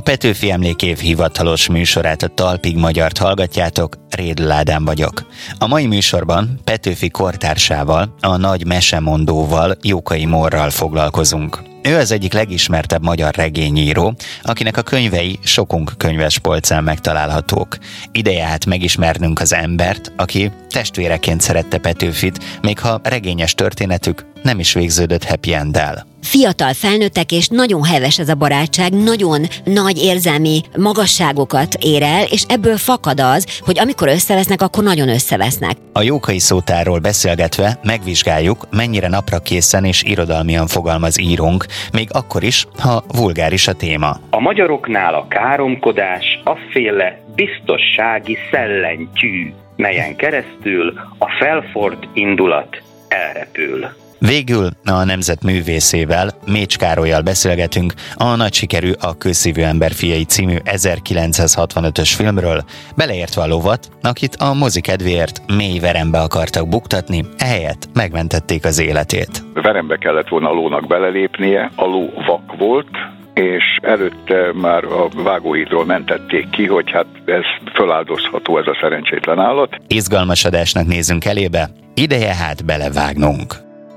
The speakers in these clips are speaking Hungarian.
Petőfi Emlékév hivatalos műsorát, a Talpig Magyart hallgatjátok, Rédl Ádám vagyok. A mai műsorban Petőfi kortársával, a nagy mesemondóval, Jókai Morral foglalkozunk. Ő az egyik legismertebb magyar regényíró, akinek a könyvei sokunk könyvespolcán megtalálhatók. Ideje hát megismernünk az embert, aki testvéreként szerette Petőfit, még ha regényes történetük nem is végződött happy enddel. Fiatal felnőttek, és nagyon heves ez a barátság, nagyon nagy érzelmi magasságokat ér el, és ebből fakad az, hogy amikor összevesznek, akkor nagyon összevesznek. A Jókai szótárról beszélgetve megvizsgáljuk, mennyire napra készen és irodalmian fogalmaz írunk, még akkor is, ha vulgáris a téma. A magyaroknál a káromkodás afféle biztossági szellentyű, melyen keresztül a felfort indulat elrepül. Végül a nemzet művészével, Mécs Károllyal beszélgetünk a nagy sikerű A Kőszívű ember fiai című 1965-ös filmről, beleértve a lovat, akit a mozi kedvéért mély verembe akartak buktatni, ehelyett megmentették az életét. Verembe kellett volna a lónak belelépnie, a ló vak volt, és előtte már a vágóhídról mentették ki, hogy hát ez föláldozható, ez a szerencsétlen állat. Izgalmas adásnak nézünk elébe, ideje hát belevágnunk.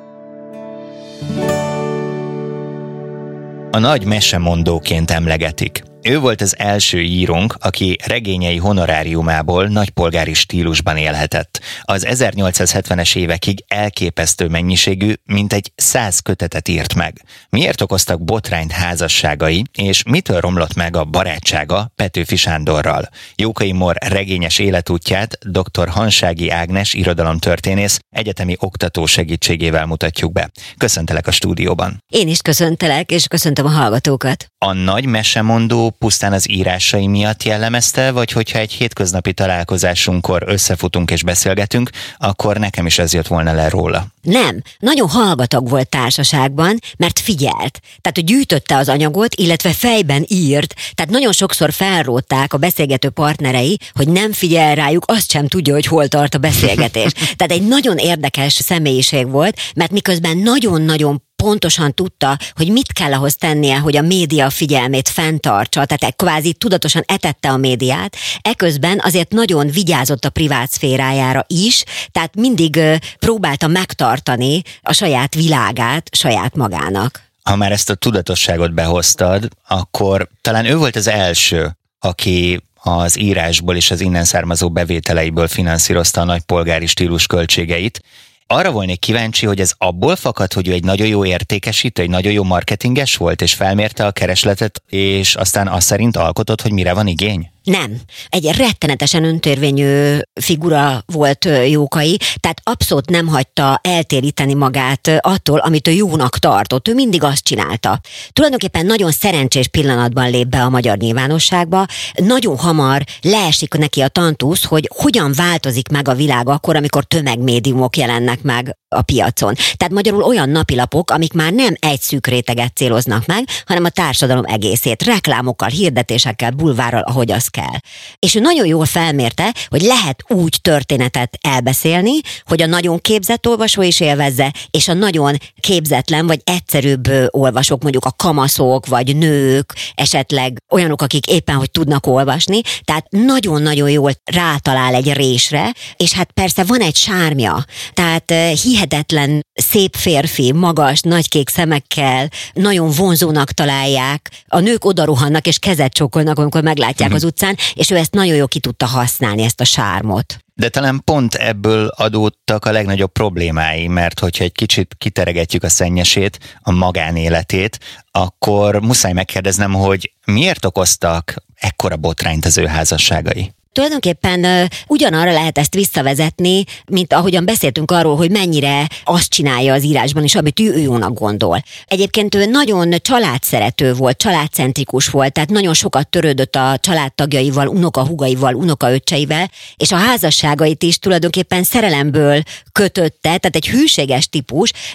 A nagy mesemondóként emlegetik. Ő volt az első írónk, aki regényei honoráriumából nagypolgári stílusban élhetett. Az 1870-es évekig elképesztő mennyiségű, mintegy 100 kötetet írt meg. Miért okoztak botrányt házasságai, és mitől romlott meg a barátsága Petőfi Sándorral? Jókai Mor regényes életútját dr. Hansági Ágnes irodalomtörténész egyetemi oktató segítségével mutatjuk be. Köszöntelek a stúdióban. Én is köszöntelek, és köszöntöm a hallgatókat. A nagy mesemondó pusztán az írásai miatt jellemezte, vagy hogyha egy hétköznapi találkozásunkkor összefutunk és beszélgetünk, akkor nekem is ez jött volna le róla? Nem, nagyon hallgatag volt társaságban, mert figyelt. Tehát, hogy gyűjtötte az anyagot, illetve fejben írt, tehát nagyon sokszor felrótták a beszélgető partnerei, hogy nem figyel rájuk, azt sem tudja, hogy hol tart a beszélgetés. Tehát egy nagyon érdekes személyiség volt, mert miközben nagyon-nagyon pontosan tudta, hogy mit kell ahhoz tennie, hogy a média figyelmét fenntartsa, tehát kvázi tudatosan etette a médiát, eközben azért nagyon vigyázott a privát szférájára is, tehát mindig próbálta megtartani a saját világát saját magának. Ha már ezt a tudatosságot behoztad, akkor talán ő volt az első, aki az írásból és az innen származó bevételeiből finanszírozta a nagypolgári stílus költségeit. Arra volnék kíváncsi, hogy ez abból fakad, hogy ő egy nagyon jó értékesítő, egy nagyon jó marketinges volt, és felmérte a keresletet, és aztán azt szerint alkotott, hogy mire van igény? Nem. Egy rettenetesen öntörvényű figura volt Jókai, tehát abszolút nem hagyta eltéríteni magát attól, amit ő jónak tartott. Ő mindig azt csinálta. Tulajdonképpen nagyon szerencsés pillanatban lép be a magyar nyilvánosságba. Nagyon hamar leesik neki a tantusz, hogy hogyan változik meg a világ akkor, amikor tömegmédiumok jelennek meg a piacon. Tehát magyarul olyan napilapok, amik már nem egy szűk réteget céloznak meg, hanem a társadalom egészét, reklámokkal, hirdetésekkel, bulvárral, ahogy az kell. És ő nagyon jól felmérte, hogy lehet úgy történetet elbeszélni, hogy a nagyon képzett olvasó is élvezze, és a nagyon képzetlen vagy egyszerűbb olvasók, mondjuk a kamaszok, vagy nők, esetleg olyanok, akik éppen hogy tudnak olvasni, tehát nagyon-nagyon jól rátalál egy résre, és hát persze van egy sármja, tehát hihetetlen szép férfi, magas, nagykék szemekkel, nagyon vonzónak találják, a nők odarohannak és kezet csókolnak, amikor meglátják az utcán, és ő ezt nagyon jól ki tudta használni, ezt a sármot. De talán pont ebből adódtak a legnagyobb problémái, mert hogyha egy kicsit kiteregetjük a szennyesét, a magánéletét, akkor muszáj megkérdeznem, hogy miért okoztak ekkora botrányt az ő házasságai? Tulajdonképpen ugyanarra lehet ezt visszavezetni, mint ahogyan beszéltünk arról, hogy mennyire azt csinálja az írásban is, amit ő jónak gondol. Egyébként ő nagyon családszerető volt, családcentrikus volt, tehát nagyon sokat törődött a családtagjaival, unokahúgaival, unokaöccseivel, és a házasságait is tulajdonképpen szerelemből kötötte, tehát egy hűséges típus, de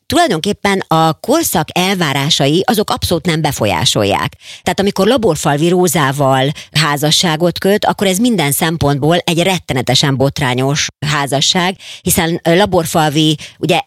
tulajdonképpen a korszak elvárásai azok abszolút nem befolyásolják. Tehát amikor Laborfalvi Rózával házasságot köt, akkor ez minden szempontból egy rettenetesen botrányos házasság, hiszen Laborfalvi ugye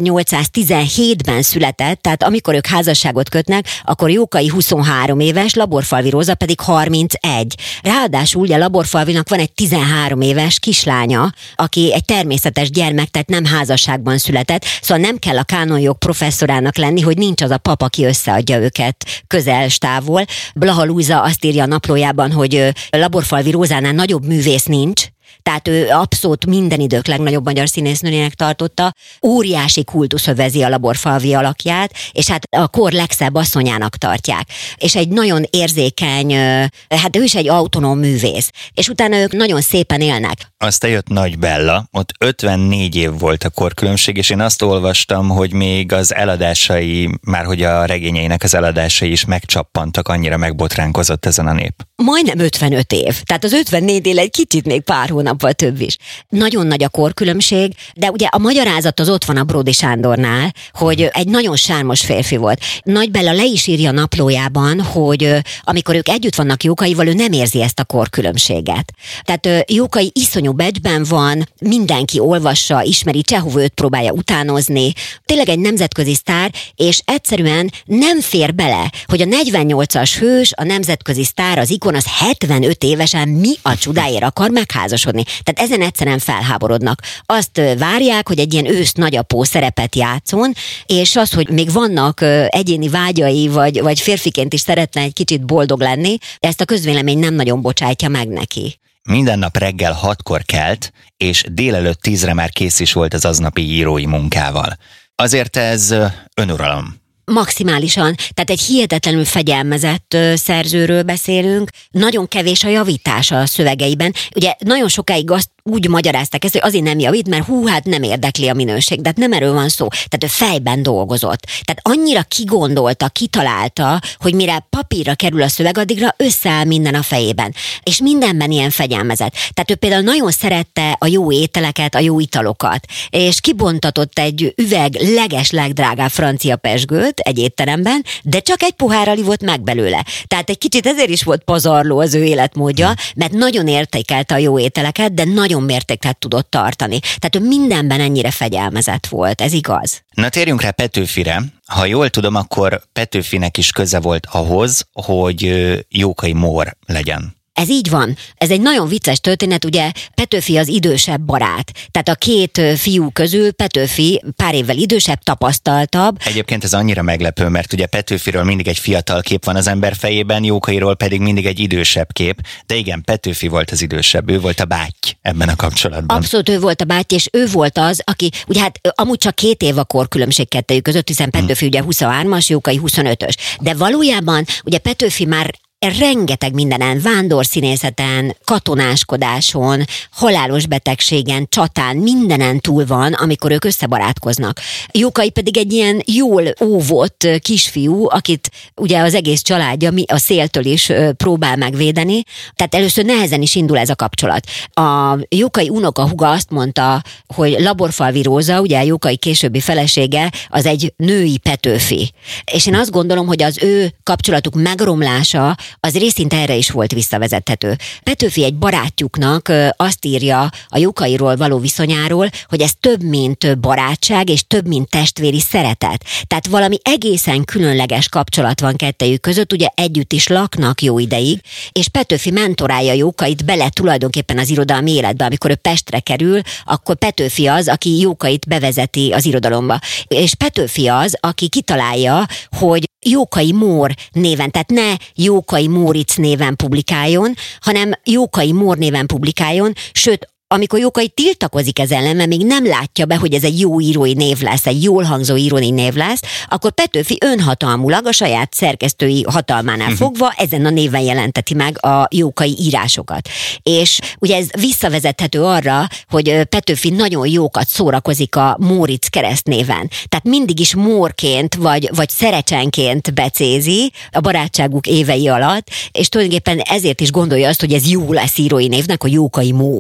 1817-ben született, tehát amikor ők házasságot kötnek, akkor Jókai 23 éves, Laborfalvi Róza pedig 31. Ráadásul ugye Laborfalvinak van egy 13 éves kislánya, aki egy természetes gyermek, tehát nem házasságban született, szóval nem kell a kánonjog professzorának lenni, hogy nincs az a pap, aki összeadja őket közel-távol. Blaha Lujza azt írja a naplójában, hogy Laborfalvi Rózánál nagyobb művész nincs, tehát ő abszolút minden idők legnagyobb magyar színésznőjének tartotta, óriási kultusz övezi a Laborfalvi alakját, és hát a kor legszebb asszonyának tartják. És egy nagyon érzékeny, hát ő is egy autonóm művész. És utána ők nagyon szépen élnek. Aztán jött Nagy Bella, ott 54 év volt a korkülönbség, és én azt olvastam, hogy még az eladásai, már hogy a regényeinek az eladásai is megcsappantak, annyira megbotránkozott ezen a nép. Majdnem 55 év, tehát az 54-él egy kicsit még pár hónappal több is. Nagyon nagy a korkülönbség, de ugye a magyarázat az ott van a Bródy Sándornál, hogy egy nagyon sármos férfi volt. Nagy Bella le is írja a naplójában, hogy amikor ők együtt vannak Jókaival, ő nem érzi ezt a korkülönbséget. Tehát Jókai iszonyú becsben van, mindenki olvassa, ismeri, Csehov őt próbálja utánozni, tényleg egy nemzetközi sztár, és egyszerűen nem fér bele, hogy a 48-as hős, a nemzetközi sztár, az ikon, az 75 évesen mi a csodáért akar megházasodni. Tehát ezen egyszerűen felháborodnak. Azt várják, hogy egy ilyen ősz nagyapó szerepet játszon, és az, hogy még vannak egyéni vágyai, vagy férfiként is szeretne egy kicsit boldog lenni, ezt a közvélemény nem nagyon bocsátja meg neki. Minden nap reggel 6-kor kelt, és délelőtt 10-re már kész is volt az aznapi írói munkával. Azért ez önuralom. Maximálisan, tehát egy hihetetlenül fegyelmezett szerzőről beszélünk, nagyon kevés a javítása a szövegeiben. Ugye nagyon sokáig azt úgy magyarázták ezt, hogy azért nem javít, mert hát nem érdekli a minőség, de hát nem erről van szó. Tehát ő fejben dolgozott. Tehát annyira kigondolta, kitalálta, hogy mire papírra kerül a szöveg, addigra összeáll minden a fejében. És mindenben ilyen fegyelmezett. Tehát ő például nagyon szerette a jó ételeket, a jó italokat. És kibontatott egy üveg legdrágább francia pezsgőt egy étteremben, de csak egy pohárral ivott meg belőle. Tehát egy kicsit ezért is volt pazarló az ő életmódja, mert nagyon értékelte a jó ételeket, de nagyon mértéklet tudott tartani. Tehát ő mindenben ennyire fegyelmezett volt, ez igaz. Na térjünk rá Petőfire. Ha jól tudom, akkor Petőfinek is köze volt ahhoz, hogy Jókai Mór legyen. Ez így van. Ez egy nagyon vicces történet, ugye Petőfi az idősebb barát. Tehát a két fiú közül Petőfi pár évvel idősebb, tapasztaltabb. Egyébként ez annyira meglepő, mert ugye Petőfiről mindig egy fiatal kép van az ember fejében, Jókairól pedig mindig egy idősebb kép. De igen, Petőfi volt az idősebb, ő volt a báty ebben a kapcsolatban. Abszolút ő volt a báty, és ő volt az, aki, ugye hát amúgy csak 2 év a korkülönbség kettejük között, hiszen Petőfi ugye 23-as, Jókai 25-ös. De valójában ugye Petőfi már rengeteg mindenen, vándorszínészeten, katonáskodáson, halálos betegségen, csatán, mindenen túl van, amikor ők összebarátkoznak. Jókai pedig egy ilyen jól óvott kisfiú, akit ugye az egész családja a széltől is próbál megvédeni, tehát először nehezen is indul ez a kapcsolat. A Jókai unokahúga azt mondta, hogy Laborfalvi Róza, ugye Jókai későbbi felesége, az egy női Petőfi. És én azt gondolom, hogy az ő kapcsolatuk megromlása az részint erre is volt visszavezethető. Petőfi egy barátjuknak azt írja a Jókairól való viszonyáról, hogy ez több, mint barátság, és több, mint testvéri szeretet. Tehát valami egészen különleges kapcsolat van kettejük között, ugye együtt is laknak jó ideig, és Petőfi mentorálja Jókait bele tulajdonképpen az irodalmi életbe. Amikor ő Pestre kerül, akkor Petőfi az, aki Jókait bevezeti az irodalomba. És Petőfi az, aki kitalálja, hogy Jókai Mór néven, tehát ne Jókai Móricz néven publikáljon, hanem Jókai Mór néven publikáljon, sőt, amikor Jókai tiltakozik ez ellen, mert még nem látja be, hogy ez egy jó írói név lesz, egy jól hangzó írói név lesz, akkor Petőfi önhatalmulag a saját szerkesztői hatalmánál fogva ezen a néven jelenteti meg a Jókai írásokat. És ugye ez visszavezethető arra, hogy Petőfi nagyon jókat szórakozik a Móricz keresztnéven. Tehát mindig is Mórként vagy Szerecsenként becézi a barátságuk évei alatt, és tulajdonképpen ezért is gondolja azt, hogy ez jó lesz írói névnek, a Jókai Mór.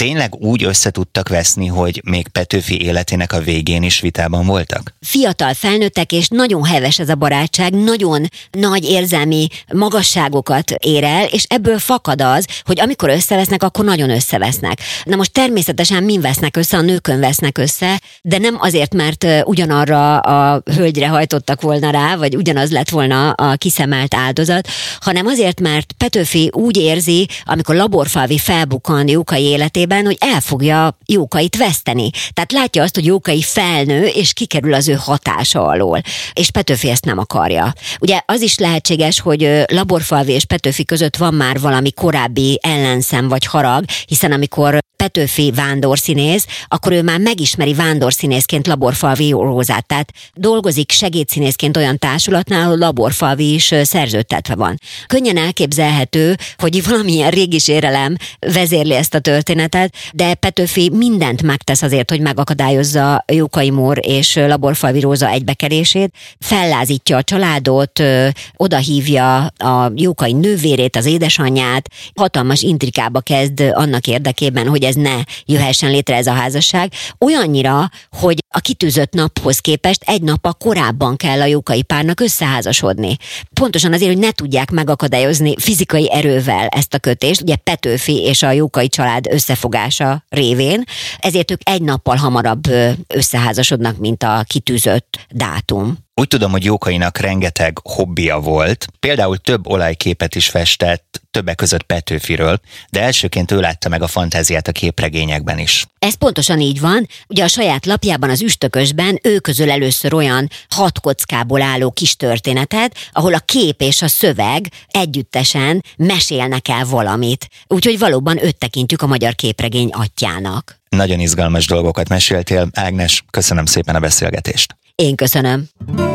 tényleg úgy össze tudtak veszni, hogy még Petőfi életének a végén is vitában voltak? Fiatal felnőttek, és nagyon heves ez a barátság, nagyon nagy érzelmi magasságokat ér el, és ebből fakad az, hogy amikor összevesznek, akkor nagyon összevesznek. Na most természetesen min vesznek össze, a nőkön vesznek össze, de nem azért, mert ugyanarra a hölgyre hajtottak volna rá, vagy ugyanaz lett volna a kiszemelt áldozat, hanem azért, mert Petőfi úgy érzi, amikor Laborfalvi felbukkan Jókai életében, hogy el fogja Jókait veszteni. Tehát látja azt, hogy Jókai felnő, és kikerül az ő hatása alól. És Petőfi ezt nem akarja. Ugye az is lehetséges, hogy Laborfalvi és Petőfi között van már valami korábbi ellenszem vagy harag, hiszen amikor Petőfi vándorszínész, akkor ő már megismeri vándorszínészként Laborfalvi Rózát. Tehát dolgozik segédszínészként olyan társulatnál, ahol Laborfalvi is szerződtetve van. Könnyen elképzelhető, hogy valamilyen régi sérelem vezérli ezt a történetet, de Petőfi mindent megtesz azért, hogy megakadályozza Jókai Mór és Laborfalvi Róza egybekerését, fellázítja a családot, odahívja a Jókai nővérét, az édesanyját, hatalmas intrikába kezd annak érdekében, hogy ez ne jöhessen létre ez a házasság, olyannyira, hogy a kitűzött naphoz képest egy nappal korábban kell a Jókai párnak összeházasodni. Pontosan azért, hogy ne tudják megakadályozni fizikai erővel ezt a kötést, ugye Petőfi és a Jókai család összefogása révén, ezért ők egy nappal hamarabb összeházasodnak, mint a kitűzött dátum. Úgy tudom, hogy Jókainak rengeteg hobbija volt, például több olajképet is festett, többek között Petőfiről, de elsőként ő látta meg a fantáziát a képregényekben is. Ez pontosan így van. Ugye a saját lapjában, az Üstökösben ő közöl először olyan 6 kockából álló kis történetet, ahol a kép és a szöveg együttesen mesélnek el valamit. Úgyhogy valóban őt tekintjük a magyar képregény atyjának. Nagyon izgalmas dolgokat meséltél. Ágnes, köszönöm szépen a beszélgetést. Én köszönöm.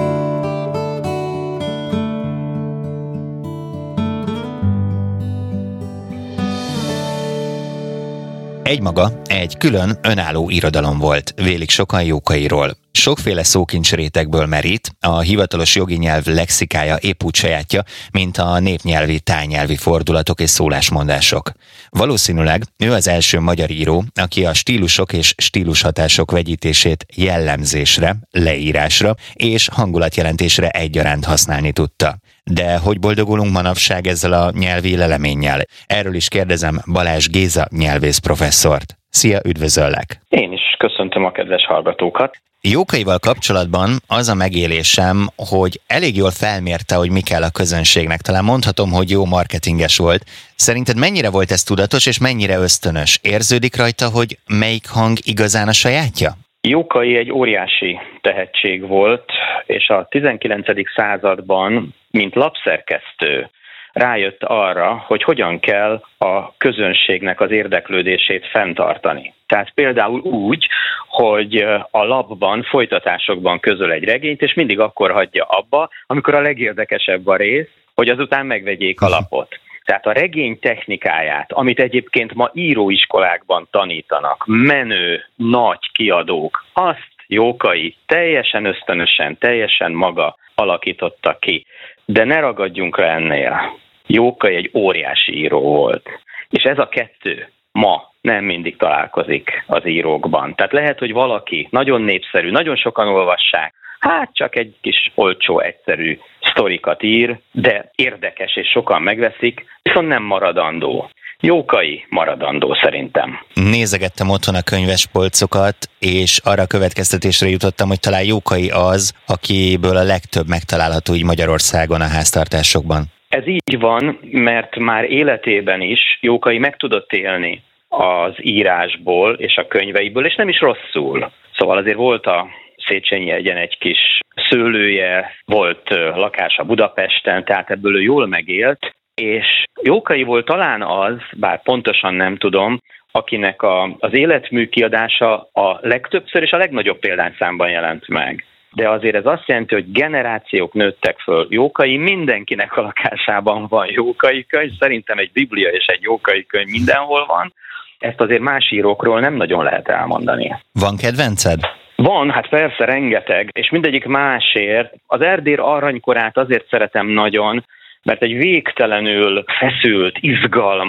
Egymaga egy külön önálló irodalom volt, vélik sokan Jókairól. Sokféle szókincsrétegből merít, a hivatalos jogi nyelv lexikája épp úgy sajátja, mint a népnyelvi, tájnyelvi fordulatok és szólásmondások. Valószínűleg ő az első magyar író, aki a stílusok és stílushatások vegyítését jellemzésre, leírásra és hangulatjelentésre egyaránt használni tudta. De hogy boldogulunk manapság ezzel a nyelvi leleménnyel? Erről is kérdezem Balázs Géza nyelvész professzort. Szia, üdvözöllek! Én is köszöntöm a kedves hallgatókat. Jókaival kapcsolatban az a megélésem, hogy elég jól felmérte, hogy mi kell a közönségnek. Talán mondhatom, hogy jó marketinges volt. Szerinted mennyire volt ez tudatos, és mennyire ösztönös? Érződik rajta, hogy melyik hang igazán a sajátja? Jókai egy óriási tehetség volt, és a 19. században, mint lapszerkesztő, rájött arra, hogy hogyan kell a közönségnek az érdeklődését fenntartani. Tehát például úgy, hogy a lapban, folytatásokban közöl egy regényt, és mindig akkor hagyja abba, amikor a legérdekesebb a rész, hogy azután megvegyék a lapot. Tehát a regény technikáját, amit egyébként ma íróiskolákban tanítanak, menő, nagy kiadók, azt Jókai teljesen ösztönösen, teljesen maga alakította ki. De ne ragadjunk rá ennél. Jókai egy óriási író volt. És ez a kettő ma nem mindig találkozik az írókban. Tehát lehet, hogy valaki nagyon népszerű, nagyon sokan olvassák, hát csak egy kis olcsó, egyszerű sztorikat ír, de érdekes és sokan megveszik, viszont nem maradandó. Jókai maradandó szerintem. Nézegettem otthon a könyvespolcokat, és arra a következtetésre jutottam, hogy talán Jókai az, akiből a legtöbb megtalálható így Magyarországon a háztartásokban. Ez így van, mert már életében is Jókai meg tudott élni az írásból és a könyveiből, és nem is rosszul. Szóval azért volt a Széchenyi egyen egy kis szőlője, volt lakása Budapesten, tehát ebből ő jól megélt, és Jókai volt talán az, bár pontosan nem tudom, akinek az életmű kiadása a legtöbbször és a legnagyobb példányszámban jelent meg. De azért ez azt jelenti, hogy generációk nőttek föl Jókai, mindenkinek a lakásában van Jókai könyv, szerintem egy biblia és egy Jókai könyv mindenhol van. Ezt azért más írókról nem nagyon lehet elmondani. Van kedvenced? Van, hát persze rengeteg, és mindegyik másért. Az Erdér aranykorát azért szeretem nagyon, mert egy végtelenül feszült, izgalmas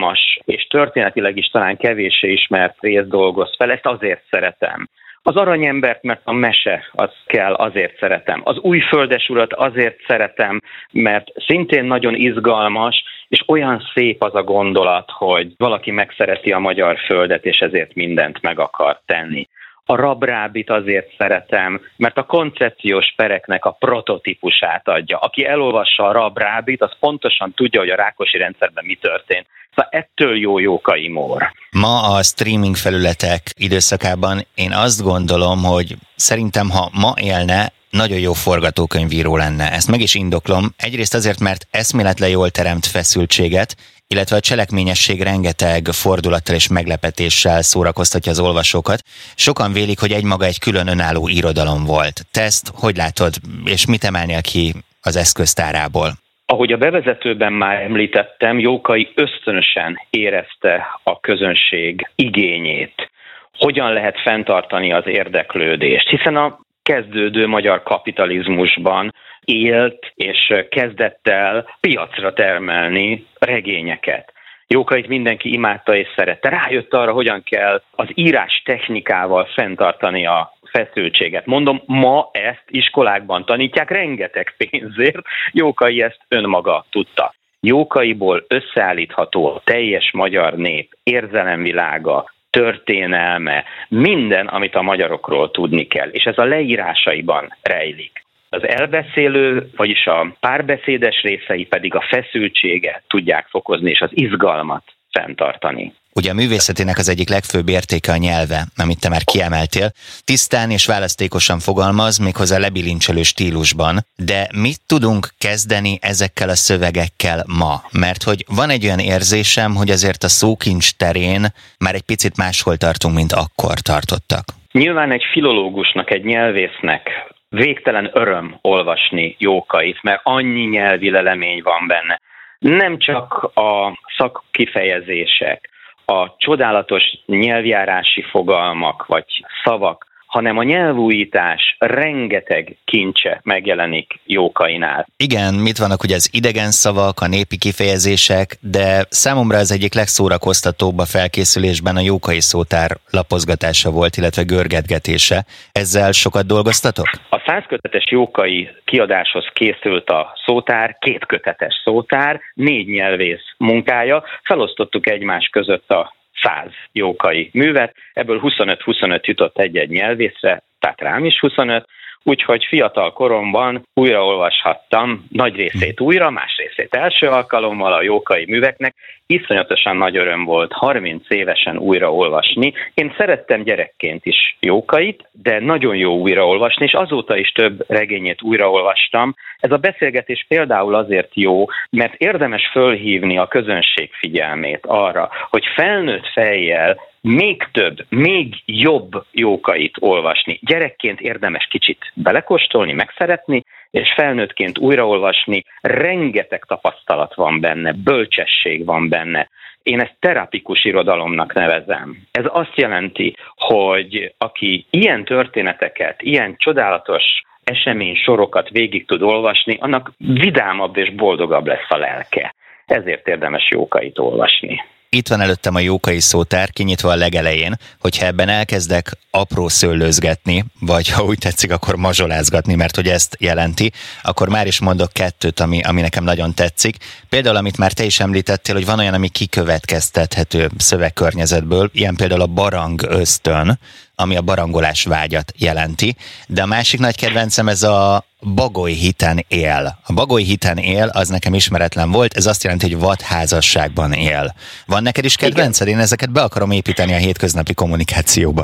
és történetileg is talán kevéssé ismert részt dolgoz fel, ezt azért szeretem. Az Aranyembert, mert a mese, az kell, azért szeretem. Az Újföldes urat azért szeretem, mert szintén nagyon izgalmas, és olyan szép az a gondolat, hogy valaki megszereti a magyar földet, és ezért mindent meg akar tenni. A Rabrábit azért szeretem, mert a koncepciós pereknek a prototípusát adja. Aki elolvassa a Rabrábit, az pontosan tudja, hogy a Rákosi rendszerben mi történt. Szóval ettől jó Jókai Mór. Ma a streaming felületek időszakában én azt gondolom, hogy szerintem, ha ma élne, nagyon jó forgatókönyvíró lenne. Ezt meg is indoklom. Egyrészt azért, mert eszméletlen jól teremt feszültséget, illetve a cselekményesség rengeteg fordulattal és meglepetéssel szórakoztatja az olvasókat. Sokan vélik, hogy egymaga egy külön önálló irodalom volt. Te ezt hogy látod, és mit emelnél ki az eszköztárából? Ahogy a bevezetőben már említettem, Jókai ösztönösen érezte a közönség igényét. Hogyan lehet fenntartani az érdeklődést? Hiszen a kezdődő magyar kapitalizmusban élt és kezdett el piacra termelni regényeket. Jókait mindenki imádta és szerette. Rájött arra, hogyan kell az írás technikával fenntartani a feszültséget. Mondom, ma ezt iskolákban tanítják rengeteg pénzért, Jókai ezt önmaga tudta. Jókaiból összeállítható a teljes magyar nép érzelemvilága, történelme, minden, amit a magyarokról tudni kell, és ez a leírásaiban rejlik. Az elbeszélő, vagyis a párbeszédes részei pedig a feszültséget tudják fokozni, és az izgalmat fenntartani. Ugye a művészetének az egyik legfőbb értéke a nyelve, amit te már kiemeltél. Tisztán és választékosan fogalmaz, méghozzá lebilincselő stílusban, de mit tudunk kezdeni ezekkel a szövegekkel ma? Mert hogy van egy olyan érzésem, hogy azért a szókincs terén már egy picit máshol tartunk, mint akkor tartottak. Nyilván egy filológusnak, egy nyelvésznek végtelen öröm olvasni Jókait, mert annyi nyelvi lelemény van benne. Nem csak a szakkifejezések, a csodálatos nyelvjárási fogalmak vagy szavak, hanem a nyelvújítás rengeteg kincse megjelenik Jókainál. Igen, mit vannak ugye az idegen szavak, a népi kifejezések, de számomra az egyik legszórakoztatóbb a felkészülésben a Jókai szótár lapozgatása volt, illetve görgetgetése. Ezzel sokat dolgoztatok? A 100 kötetes Jókai kiadáshoz készült a szótár, 2 kötetes szótár, 4 nyelvész munkája, felosztottuk egymás között a 100 Jókai művet, ebből 25-25 jutott egy-egy nyelvészre, tehát rám is 25, úgyhogy fiatal koromban újraolvashattam nagy részét újra, más részét első alkalommal a Jókai műveknek. Iszonyatosan nagy öröm volt 30 évesen újraolvasni. Én szerettem gyerekként is Jókait, de nagyon jó újraolvasni, és azóta is több regényét újraolvastam. Ez a beszélgetés például azért jó, mert érdemes fölhívni a közönség figyelmét arra, hogy felnőtt fejjel még több, még jobb Jókait olvasni. Gyerekként érdemes kicsit belekóstolni, megszeretni, és felnőttként újraolvasni. Rengeteg tapasztalat van benne, bölcsesség van benne. Én ezt terapikus irodalomnak nevezem. Ez azt jelenti, hogy aki ilyen történeteket, ilyen csodálatos esemény sorokat végig tud olvasni, annak vidámabb és boldogabb lesz a lelke. Ezért érdemes Jókait olvasni. Itt van előttem a Jókai szótár, kinyitva a legelején, hogyha ebben elkezdek apró szőlőzgetni, vagy ha úgy tetszik, akkor mazsolázgatni, mert hogy ezt jelenti, akkor már is mondok 2, ami nekem nagyon tetszik. Például, amit már te is említettél, hogy van olyan, ami kikövetkeztethető szövegkörnyezetből, ilyen például a barang ösztön, ami a barangolás vágyat jelenti, de a másik nagy kedvencem ez a bagoly hiten él. A bagoly hiten él, az nekem ismeretlen volt, ez azt jelenti, hogy vadházasságban él. Van neked is kedvenced? Én ezeket be akarom építeni a hétköznapi kommunikációba.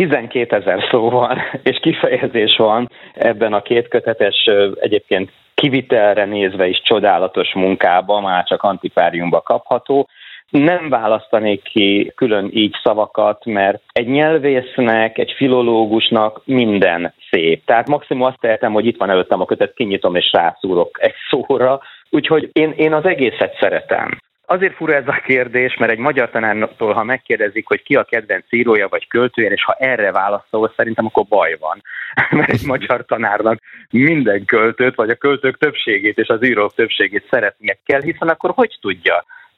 12 000 szó van, és kifejezés van ebben a 2 kötetes, egyébként kivitelre nézve is csodálatos munkában, már csak antikváriumba kapható. Nem választanék ki külön így szavakat, mert egy nyelvésznek, egy filológusnak minden szép. Tehát maximum azt tehetem, hogy itt van előttem a kötet, kinyitom és rászúrok egy szóra. Úgyhogy én az egészet szeretem. Azért fura ez a kérdés, mert egy magyar tanártól, ha megkérdezik, hogy ki a kedvenc írója vagy költője, és ha erre válaszol, szerintem akkor baj van. Mert egy magyar tanárnak minden költőt, vagy a költők többségét és az írók többségét szeretnie kell, hiszen akkor hogy tudja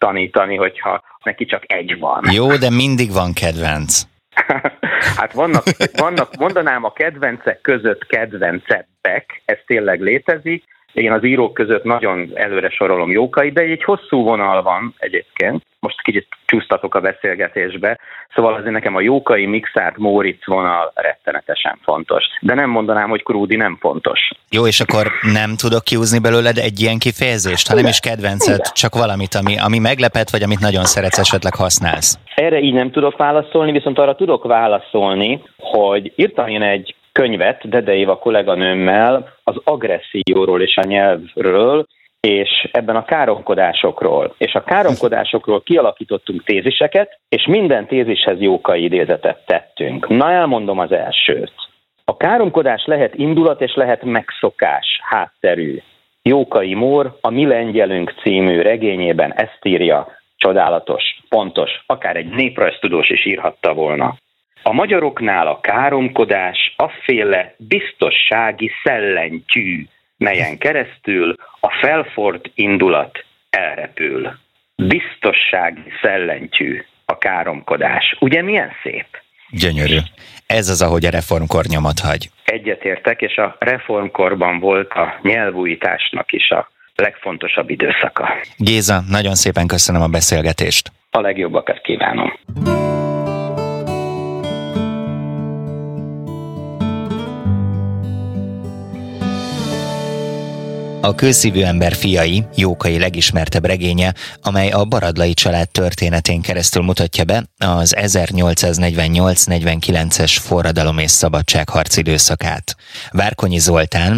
tanítani, hogyha neki csak egy van. Jó, de mindig van kedvenc. Hát vannak, mondanám a kedvencek között kedvencebbek, ez tényleg létezik. Én az írók között nagyon előre sorolom Jókai, de egy hosszú vonal van egyébként. Most kicsit csúsztatok a beszélgetésbe. Szóval azért nekem a Jókai, Mikszáth, Móricz vonal rettenetesen fontos. De nem mondanám, hogy Krúdy nem fontos. Jó, és akkor nem tudok kihúzni belőled egy ilyen kifejezést, ha nem is kedvenced, csak valamit, ami meglepet, vagy amit nagyon szeretsz, esetleg használsz. Erre így nem tudok válaszolni, viszont arra tudok válaszolni, hogy írtam én egy könyvet Dede Éva kolléganőmmel az agresszióról és a nyelvről, és ebben a káromkodásokról. És a káromkodásokról kialakítottunk téziseket, és minden tézishez Jókai idézetet tettünk. Na, elmondom az elsőt. A káromkodás lehet indulat és lehet megszokás hátterű. Jókai Mór a Mi lengyelünk című regényében ezt írja, csodálatos, pontos, akár egy néprajztudós is írhatta volna. A magyaroknál a káromkodás afféle biztossági szellentyű, melyen keresztül a felfort indulat elrepül. Biztossági szellentyű a káromkodás. Ugye milyen szép? Gyönyörű. Ez az, ahogy a reformkor nyomat hagy. Egyetértek, és a reformkorban volt a nyelvújításnak is a legfontosabb időszaka. Géza, nagyon szépen köszönöm a beszélgetést. A legjobbakat kívánom. A Kőszívű ember fiai, Jókai legismertebb regénye, amely a Baradlai család történetén keresztül mutatja be az 1848-49-es forradalom és szabadságharc időszakát. Várkonyi Zoltán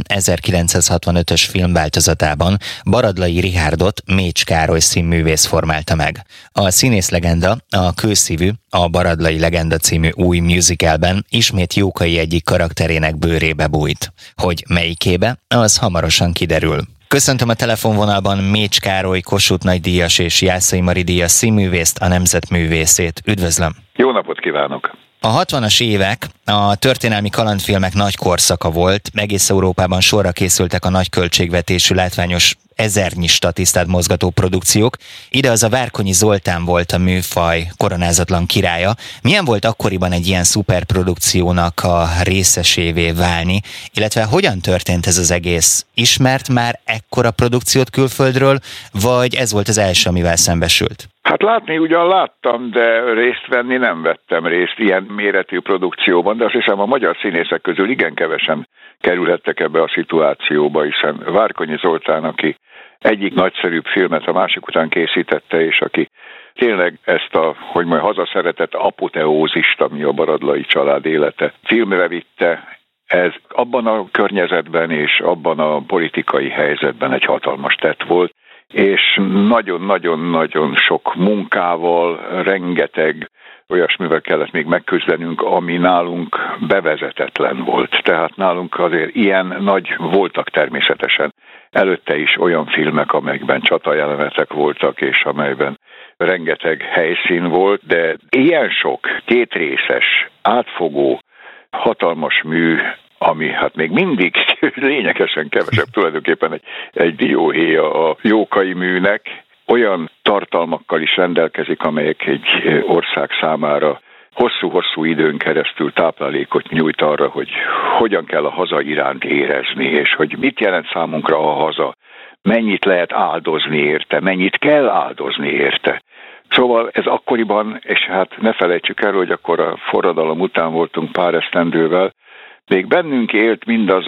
1965-ös filmváltozatában Baradlai Richárdot Mécs Károly színművész formálta meg. A színészlegenda, a Kőszívű, a Baradlai legenda című új musicalben ismét Jókai egyik karakterének bőrébe bújt. Hogy melyikébe, az hamarosan kiderül. Köszöntöm a telefonvonalban Mécs Károly Kossuth nagydíjas és Jászai Mari díjas színművészt, a nemzetművészét. Üdvözlöm! Jó napot kívánok! A 60-as évek a történelmi kalandfilmek nagy korszaka volt, egész Európában sorra készültek a nagy költségvetésű látványos ezernyi statisztát mozgató produkciók. Ide az a Várkonyi Zoltán volt a műfaj koronázatlan királya. Milyen volt akkoriban egy ilyen szuperprodukciónak a részesévé válni, illetve hogyan történt ez az egész? Ismert már ekkora produkciót külföldről, vagy ez volt az első, amivel szembesült? Hát látni ugyan láttam, de részt venni nem vettem részt ilyen méretű produkcióban, de azt hiszem a magyar színészek közül igen kevesen kerülhettek ebbe a szituációba, hiszen Várkonyi Zoltán, aki egyik nagyszerűbb filmet a másik után készítette, és aki tényleg ezt a, hogy majd hazaszeretett apoteózist, ami a Baradlai család élete filmre vitte, ez abban a környezetben és abban a politikai helyzetben egy hatalmas tett volt, és nagyon-nagyon-nagyon sok munkával, rengeteg olyasmivel kellett még megküzdenünk, ami nálunk bevezetetlen volt. Tehát nálunk azért ilyen nagy voltak természetesen. Előtte is olyan filmek, amelyekben csatajelenetek voltak, és amelyben rengeteg helyszín volt, de ilyen sok, kétrészes, átfogó, hatalmas mű, ami hát még mindig lényegesen kevesebb, tulajdonképpen egy dióhéja a Jókai műnek, olyan tartalmakkal is rendelkezik, amelyek egy ország számára hosszú-hosszú időn keresztül táplálékot nyújt arra, hogy hogyan kell a haza iránt érezni, és hogy mit jelent számunkra a haza, mennyit lehet áldozni érte, mennyit kell áldozni érte. Szóval ez akkoriban, és hát ne felejtsük el, hogy akkor a forradalom után voltunk pár esztendővel, még bennünk élt mindaz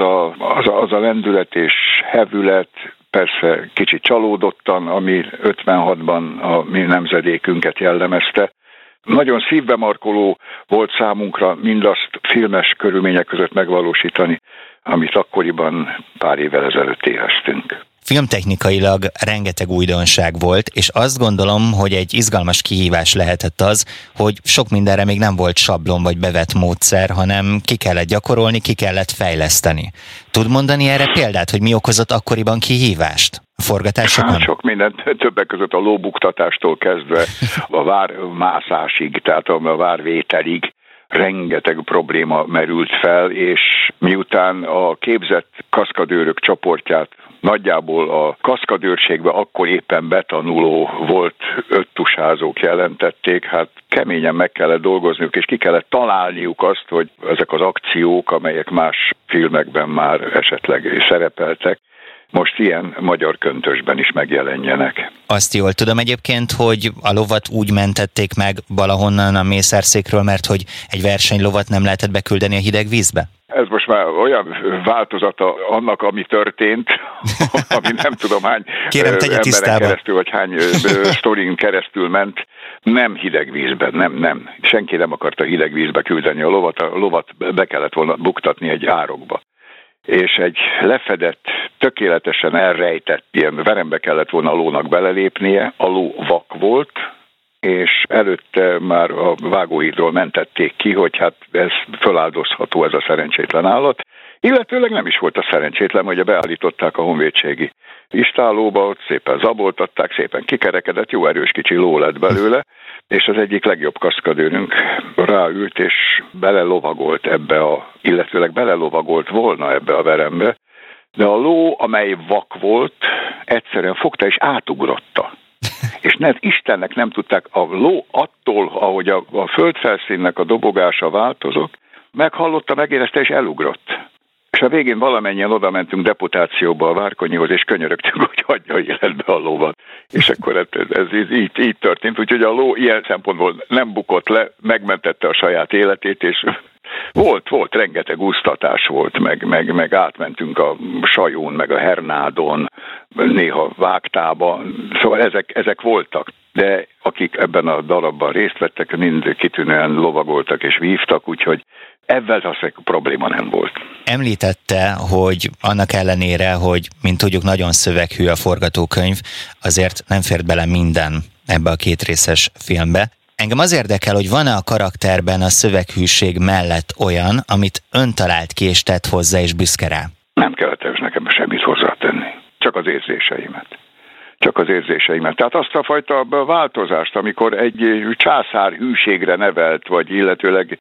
a lendület és hevület, persze kicsit csalódottan, ami 56-ban a mi nemzedékünket jellemezte. Nagyon szívbemarkoló volt számunkra mindazt filmes körülmények között megvalósítani, amit akkoriban pár évvel ezelőtt éreztünk. Filmtechnikailag rengeteg újdonság volt, és azt gondolom, hogy egy izgalmas kihívás lehetett az, hogy sok mindenre még nem volt sablon vagy bevett módszer, hanem ki kellett gyakorolni, ki kellett fejleszteni. Tud mondani erre példát, hogy mi okozott akkoriban kihívást a forgatásokon? Hát sok mindent, többek között a lóbuktatástól kezdve a vármászásig, tehát a várvételig, rengeteg probléma merült fel, és miután a képzett kaszkadőrök csoportját nagyjából a kaszkadőrségbe akkor éppen betanuló volt öttusázók jelentették, hát keményen meg kellett dolgozniuk, és ki kellett találniuk azt, hogy ezek az akciók, amelyek más filmekben már esetleg szerepeltek, most ilyen magyar köntösben is megjelenjenek. Azt jól tudom egyébként, hogy a lovat úgy mentették meg valahonnan a mészárszékről, mert hogy egy versenylovat nem lehetett beküldeni a hideg vízbe? Ez most már olyan változata annak, ami történt, ami nem tudom hány emberen keresztül, vagy hány sztorin keresztül ment, nem hideg vízben, nem. Senki nem akarta hideg vízbe küldeni a lovat be kellett volna buktatni egy árokba. És egy lefedett, tökéletesen elrejtett ilyen verembe kellett volna a lónak belelépnie, a ló vak volt, és előtte már a vágóhídról mentették ki, hogy hát ez föláldozható ez a szerencsétlen állat. Illetőleg nem is volt a szerencsétlen, hogy beállították a honvédségi istállóba, ott szépen zaboltatták, szépen kikerekedett, jó erős kicsi ló lett belőle, és az egyik legjobb kaszkadőrünk ráült, és belelovagolt illetőleg belelovagolt volna ebbe a verembe, de a ló, amely vak volt, egyszerűen fogta és átugrotta. És Istennek nem tudták, a ló attól, ahogy a földfelszínnek a dobogása változott, meghallotta, megérezte és elugrott. És a végén valamennyien oda mentünk deputációba a Várkonyihoz, és könyörögtünk, hogy hagyja életbe a lovat. És akkor ez így történt, úgyhogy a ló ilyen szempontból nem bukott le, megmentette a saját életét, és volt rengeteg úsztatás volt, meg átmentünk a Sajón, meg a Hernádon, néha Vágtába, szóval ezek voltak. De akik ebben a darabban részt vettek, mind kitűnően lovagoltak és vívtak, úgyhogy ebben az probléma nem volt. Említette, hogy annak ellenére, hogy mint tudjuk nagyon szöveghű a forgatókönyv, azért nem fért bele minden ebbe a kétrészes filmbe. Engem az érdekel, hogy van-e a karakterben a szöveghűség mellett olyan, amit ön talált ki és tett hozzá és büszke rá? Nem kellett nekem semmit hozzátenni, csak az érzéseimet. Tehát azt a fajta változást, amikor egy császár hűségre nevelt, vagy illetőleg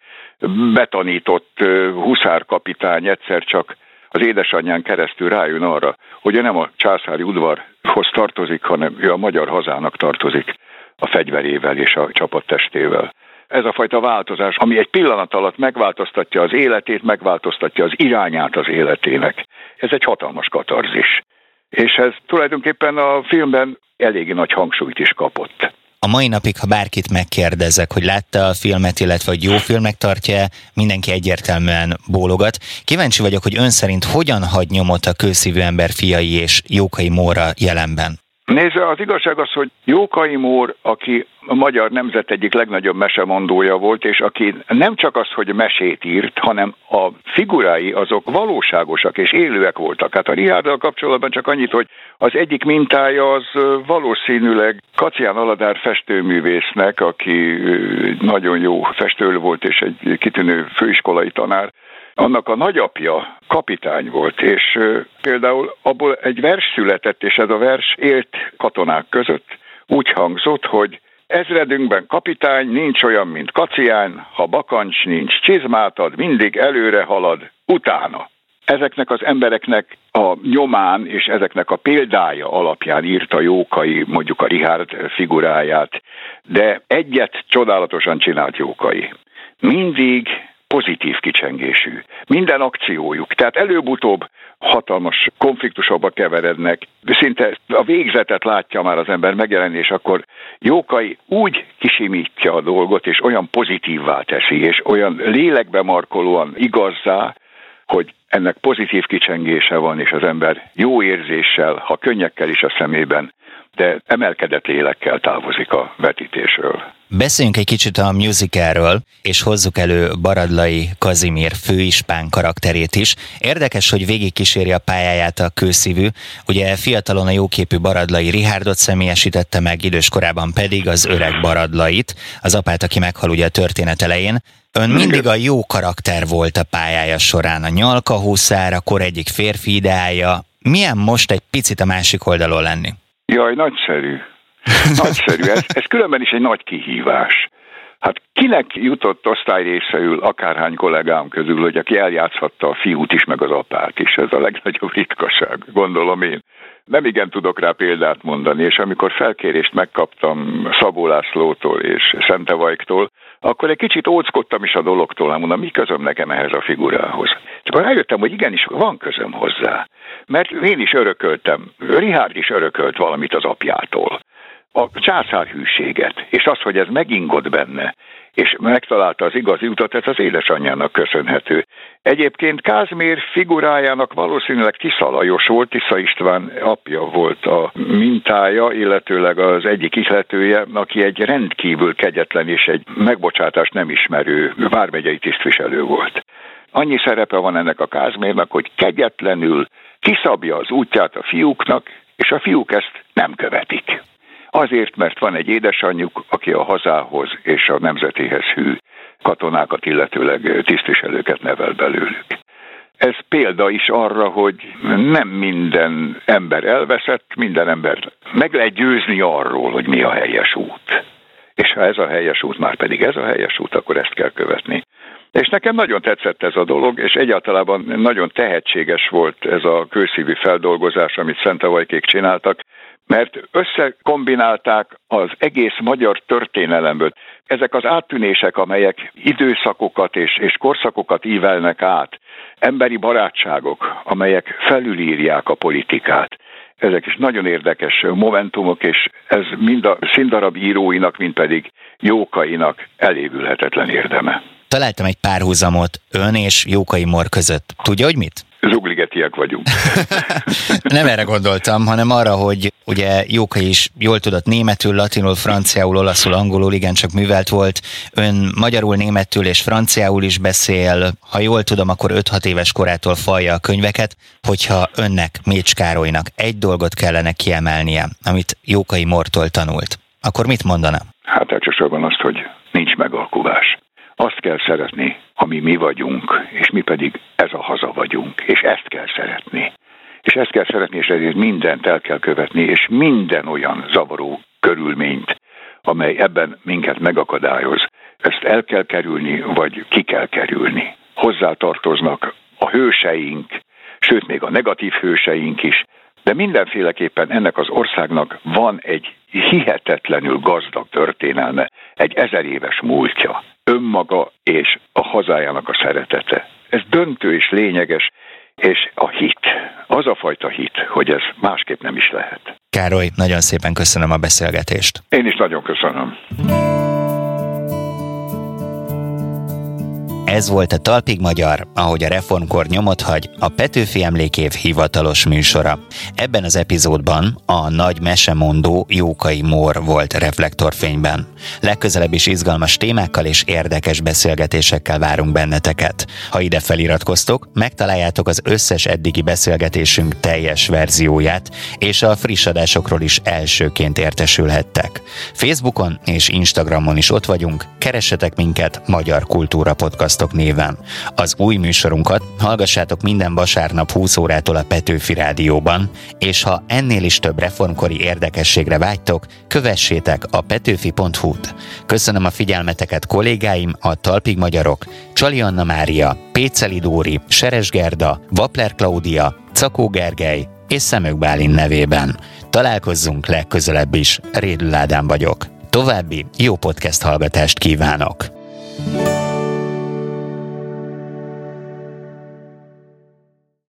betanított huszárkapitány egyszer csak az édesanyján keresztül rájön arra, hogy ő nem a császári udvarhoz tartozik, hanem ő a magyar hazának tartozik a fegyverével és a csapattestével. Ez a fajta változás, ami egy pillanat alatt megváltoztatja az életét, megváltoztatja az irányát az életének. Ez egy hatalmas katarzis. És ez tulajdonképpen a filmben eléggé nagy hangsúlyt is kapott. A mai napig, ha bárkit megkérdezek, hogy látta a filmet, illetve hogy jó filmnek tartja, mindenki egyértelműen bólogat. Kíváncsi vagyok, hogy ön szerint hogyan hagy nyomot a Kőszívű ember fiai és Jókai Móra jelenben? Nézze, az igazság az, hogy Jókai Mór, aki a magyar nemzet egyik legnagyobb mesemondója volt, és aki nem csak az, hogy mesét írt, hanem a figurái azok valóságosak és élőek voltak. Hát a Richárddal kapcsolatban csak annyit, hogy az egyik mintája az valószínűleg Kacián Aladár festőművésznek, aki nagyon jó festő volt és egy kitűnő főiskolai tanár, annak a nagyapja kapitány volt, és például abból egy vers született, és ez a vers élt katonák között úgy hangzott, hogy ezredünkben kapitány, nincs olyan, mint Kacián, ha bakancs nincs, csizmát ad, mindig előre halad, utána. Ezeknek az embereknek a nyomán és ezeknek a példája alapján írta Jókai mondjuk a Richárd figuráját, de egyet csodálatosan csinált Jókai. Mindig pozitív kicsengésű. Minden akciójuk. Tehát előbb-utóbb hatalmas konfliktusokba keverednek. Szinte a végzetet látja már az ember megjelenni, és akkor Jókai úgy kisimítja a dolgot, és olyan pozitívvá teszi, és olyan lélekbe markolóan igazzá, hogy ennek pozitív kicsengése van, és az ember jó érzéssel, ha könnyekkel is a szemében, de emelkedett lélekkel távozik a vetítésről. Beszéljünk egy kicsit a musicalről, és hozzuk elő Baradlai Kazimír főispán karakterét is. Érdekes, hogy végigkíséri a pályáját a Kőszívű. Ugye fiatalon a jóképű Baradlai Rihárdot személyesítette meg, időskorában pedig az öreg Baradlait, az apát, aki meghal ugye a történet elején. Ön mindig a jó karakter volt a pályája során, a nyalkahuszár, a kor egyik férfi ideája. Milyen most egy picit a másik oldalon lenni? Jaj, nagyszerű. Nagyszerű. Ez különben is egy nagy kihívás. Hát kinek jutott osztályrészeül akárhány kollégám közül, hogy aki eljátszhatta a fiút is, meg az apát is. Ez a legnagyobb ritkaság, gondolom én. Nem igen tudok rá példát mondani, és amikor felkérést megkaptam Szabó Lászlótól és Szentevajktól, akkor egy kicsit óckodtam is a dologtól, mondom, mi közöm nekem ehhez a figurához. Csak rájöttem, hogy igenis van közöm hozzá. Mert én is örököltem, Richárd is örökölt valamit az apjától. A császárhűséget, és az, hogy ez megingott benne, és megtalálta az igazi utat, ez az édesanyjának köszönhető. Egyébként Kázmér figurájának valószínűleg Tisza Lajos volt, Tisza István apja volt a mintája, illetőleg az egyik ihletője, aki egy rendkívül kegyetlen és egy megbocsátást nem ismerő vármegyei tisztviselő volt. Annyi szerepe van ennek a Kázmérnak, hogy kegyetlenül kiszabja az útját a fiúknak, és a fiúk ezt nem követik. Azért, mert van egy édesanyjuk, aki a hazához és a nemzetéhez hű katonákat, illetőleg tisztviselőket nevel belőlük. Ez példa is arra, hogy nem minden ember elveszett, minden ember meg lehet győzni arról, hogy mi a helyes út. És ha ez a helyes út, már pedig ez a helyes út, akkor ezt kell követni. És nekem nagyon tetszett ez a dolog, és egyáltalán nagyon tehetséges volt ez a kőszívű feldolgozás, amit Szentevajkék csináltak, mert összekombinálták az egész magyar történelemből. Ezek az áttűnések, amelyek időszakokat és korszakokat ívelnek át, emberi barátságok, amelyek felülírják a politikát. Ezek is nagyon érdekes momentumok, és ez mind a színdarab íróinak, mind pedig Jókainak elévülhetetlen érdeme. Találtam egy párhuzamot ön és Jókai Mór között. Tudja, hogy mit? Zugligetiek vagyunk. Nem erre gondoltam, hanem arra, hogy ugye Jókai is jól tudott németül, latinul, franciául, olaszul, angolul, igencsak művelt volt. Ön magyarul, németül és franciául is beszél. Ha jól tudom, akkor 5-6 éves korától falja a könyveket. Hogyha önnek, Mécs Károlynak egy dolgot kellene kiemelnie, amit Jókai Mórtól tanult, akkor mit mondana? Hát elsősorban azt, hogy nincs megalkuvás. Azt kell szeretni, ami mi vagyunk, és mi pedig ez a haza vagyunk, és ezt kell szeretni. És ezt kell szeretni, és ezért mindent el kell követni, és minden olyan zavaró körülményt, amely ebben minket megakadályoz, ezt el kell kerülni, vagy ki kell kerülni. Hozzá tartoznak a hőseink, sőt még a negatív hőseink is, de mindenféleképpen ennek az országnak van egy hihetetlenül gazdag történelme, egy 1000 éves múltja. Önmaga és a hazájának a szeretete. Ez döntő és lényeges, és a hit, az a fajta hit, hogy ez másképp nem is lehet. Károly, nagyon szépen köszönöm a beszélgetést. Én is nagyon köszönöm. Ez volt a Talpig Magyar, ahogy a reformkor nyomot hagy, a Petőfi Emlékév hivatalos műsora. Ebben az epizódban a nagy mesemondó Jókai Mór volt reflektorfényben. Legközelebb is izgalmas témákkal és érdekes beszélgetésekkel várunk benneteket. Ha ide feliratkoztok, megtaláljátok az összes eddigi beszélgetésünk teljes verzióját, és a friss adásokról is elsőként értesülhettek. Facebookon és Instagramon is ott vagyunk, keressetek minket Magyar Kultúra Podcastok néven. Az új műsorunkat hallgassátok minden vasárnap 20 órától a Petőfi Rádióban, és ha ennél is több reformkori érdekességre vágytok, kövessétek a petőfi.hu-t. Köszönöm a figyelmeteket kollégáim, a Talpig Magyarok, Csali Anna Mária, Péceli Dóri, Seres Gerda, Vapler Klaudia, Cakó Gergely és Szemök Bálint nevében. Találkozzunk legközelebb is, Rédl Ádám vagyok. További jó podcast hallgatást kívánok!